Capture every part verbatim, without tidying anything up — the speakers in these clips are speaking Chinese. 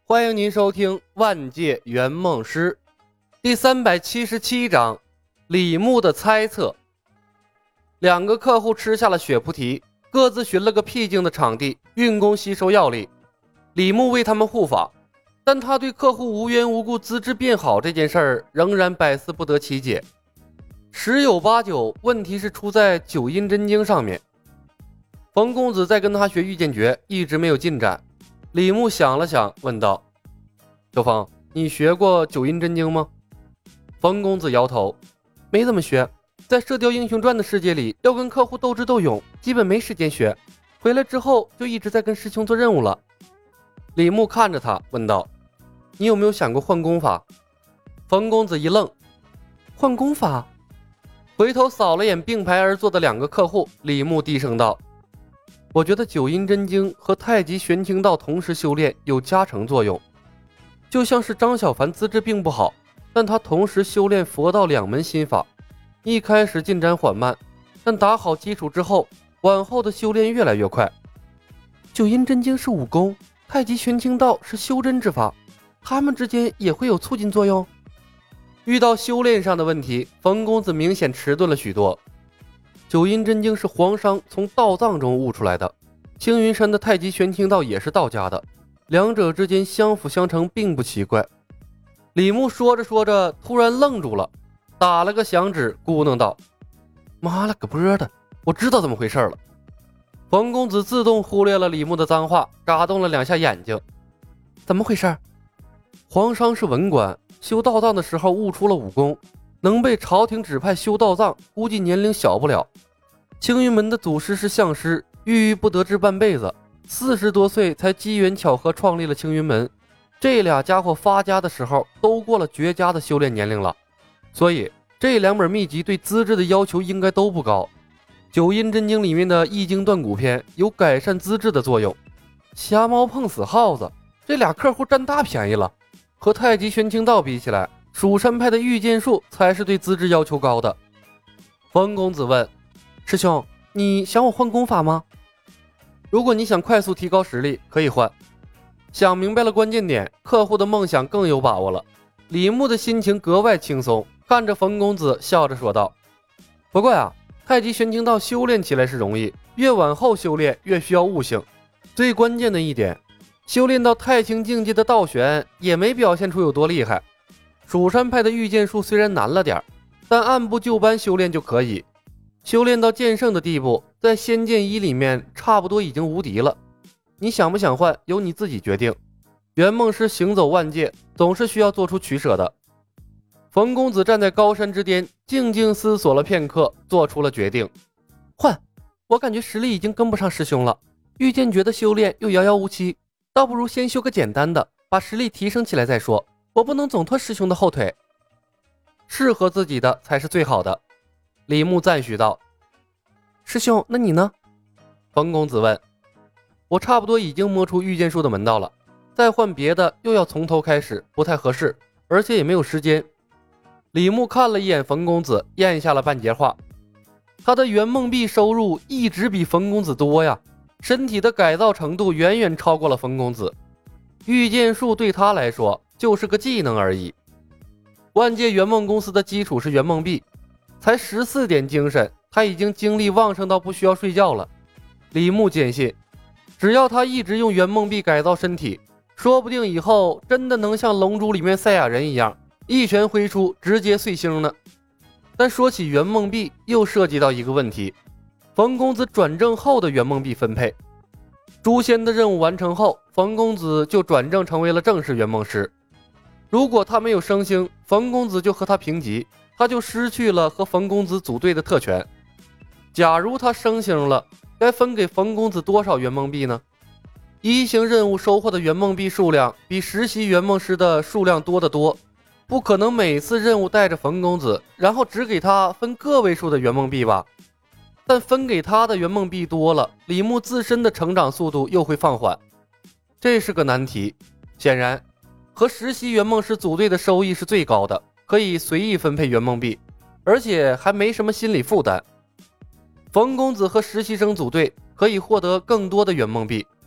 欢迎您收听《万界圆梦师》第三百七十七章李牧的猜测。两个客户吃下了血菩提，各自寻了个僻静的场地运功吸收药力。李牧为他们护法，但他对客户无缘无故资质变好这件事儿仍然百思不得其解。十有八九问题是出在九阴真经上面。冯公子在跟他学御剑诀，一直没有进展。李牧想了想，问道：周峰，你学过九阴真经吗？冯公子摇头，没怎么学，在射雕英雄传的世界里，要跟客户斗智斗勇，基本没时间学。回来之后就一直在跟师兄做任务了。李牧看着他问道：你有没有想过换功法？冯公子一愣，换功法？回头扫了眼并排而坐的两个客户，李牧低声道：我觉得九阴真经和太极玄清道同时修炼有加成作用，就像是张小凡资质并不好，但他同时修炼佛道两门心法，一开始进展缓慢，但打好基础之后，往后的修炼越来越快。九阴真经是武功，太极玄清道是修真之法，他们之间也会有促进作用。遇到修炼上的问题，冯公子明显迟钝了许多。九阴真经是黄商从道藏中悟出来的，青云山的太极玄清道也是道家的，两者之间相辅相成并不奇怪。李牧说着说着突然愣住了，打了个响指，咕哝道：妈了个波的，我知道怎么回事了。冯公子自动忽略了李牧的脏话，眨动了两下眼睛。怎么回事？黄商是文官，修道藏的时候悟出了武功，能被朝廷指派修道藏，估计年龄小不了。青云门的祖师是相师，郁郁不得志半辈子，四十多岁才机缘巧合创立了青云门。这俩家伙发家的时候都过了绝佳的修炼年龄了，所以这两本秘籍对资质的要求应该都不高。九阴真经里面的易经断骨篇有改善资质的作用。瞎猫碰死耗子，这俩客户占大便宜了。和太极玄清道比起来，蜀山派的御剑术才是对资质要求高的。冯公子问：师兄，你想我换功法吗？如果你想快速提高实力，可以换。想明白了关键点，客户的梦想更有把握了。李牧的心情格外轻松，看着冯公子笑着说道：不过啊，太极玄清道修炼起来是容易，越往后修炼越需要悟性。最关键的一点，修炼到太清境界的道玄也没表现出有多厉害。蜀山派的御剑术虽然难了点，但按部就班修炼就可以。修炼到剑圣的地步，在仙剑一里面差不多已经无敌了。你想不想换，由你自己决定。圆梦师行走万界，总是需要做出取舍的。冯公子站在高山之巅，静静思索了片刻，做出了决定。换！我感觉实力已经跟不上师兄了，御剑诀的修炼又遥遥无期，倒不如先修个简单的，把实力提升起来再说。我不能总拖师兄的后腿，适合自己的才是最好的。李牧赞许道：师兄，那你呢？冯公子问：我差不多已经摸出御剑术的门道了，再换别的又要从头开始，不太合适，而且也没有时间。李牧看了一眼冯公子，咽下了半截话。他的圆梦币收入一直比冯公子多呀，身体的改造程度远远超过了冯公子。御剑术对他来说就是个技能而已。万界圆梦公司的基础是圆梦币，才十四点精神，他已经精力旺盛到不需要睡觉了。李牧坚信，只要他一直用圆梦币改造身体，说不定以后真的能像龙珠里面赛亚人一样，一拳挥出直接碎星呢。但说起圆梦币，又涉及到一个问题，冯公子转正后的圆梦币分配。诛仙的任务完成后，冯公子就转正成为了正式圆梦师。如果他没有升星，冯公子就和他平级，他就失去了和冯公子组队的特权。假如他升星了，该分给冯公子多少圆梦币呢？一星任务收获的圆梦币数量比实习圆梦师的数量多得多，不可能每次任务带着冯公子，然后只给他分个位数的圆梦币吧。但分给他的圆梦币多了，李牧自身的成长速度又会放缓，这是个难题。显然和实习圆梦师组队的收益是最高的，可以随意分配圆梦币，而且还没什么心理负担。冯公子和实习生组队可以获得更多的圆梦币，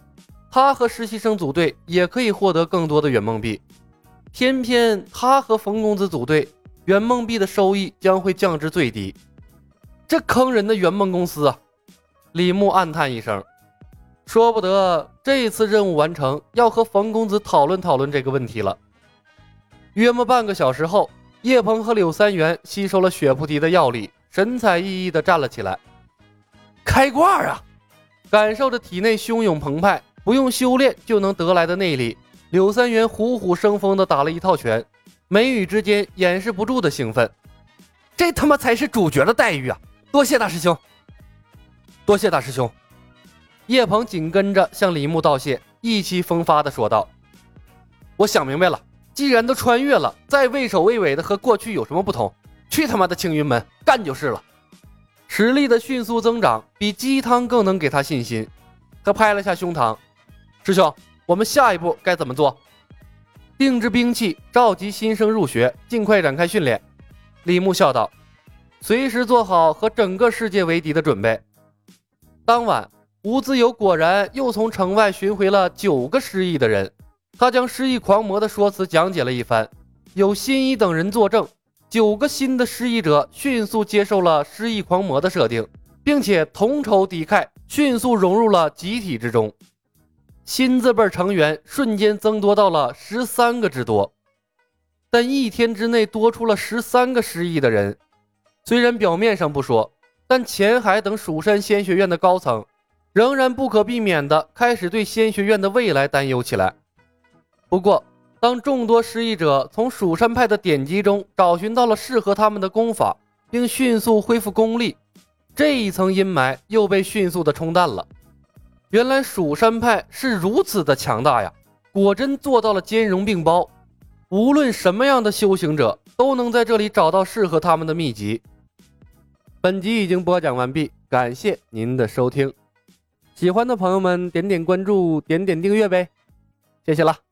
他和实习生组队也可以获得更多的圆梦币，偏偏他和冯公子组队，圆梦币的收益将会降至最低。这坑人的圆梦公司啊！李牧暗叹一声，说不得这次任务完成要和冯公子讨论讨论这个问题了。约莫半个小时后，叶鹏和柳三元吸收了血菩提的药力，神采奕奕地站了起来。开挂啊！感受着体内汹涌澎湃，不用修炼就能得来的内力，柳三元虎虎生风地打了一套拳，眉宇之间掩饰不住的兴奋。这他妈才是主角的待遇啊！多谢大师兄，多谢大师兄。叶鹏紧跟着向李牧道谢，意气风发地说道：我想明白了，既然都穿越了，再畏首畏尾的和过去有什么不同？去他妈的青云门干就是了。实力的迅速增长比鸡汤更能给他信心。他拍了下胸膛，师兄，我们下一步该怎么做？定制兵器，召集新生入学，尽快展开训练。李牧笑道，随时做好和整个世界为敌的准备。当晚，吴自由果然又从城外寻回了九个失忆的人，他将失忆狂魔的说辞讲解了一番，有新一等人作证，九个新的失忆者迅速接受了失忆狂魔的设定，并且同仇敌忾，迅速融入了集体之中。新字辈成员瞬间增多到了十三个之多，但一天之内多出了十三个失忆的人。虽然表面上不说，但前海等蜀山仙学院的高层仍然不可避免地开始对仙学院的未来担忧起来。不过当众多失忆者从蜀山派的典籍中找寻到了适合他们的功法，并迅速恢复功力，这一层阴霾又被迅速地冲淡了。原来蜀山派是如此的强大呀，果真做到了兼容并包，无论什么样的修行者都能在这里找到适合他们的秘籍。本集已经播讲完毕，感谢您的收听。喜欢的朋友们点点关注，点点订阅呗，谢谢了。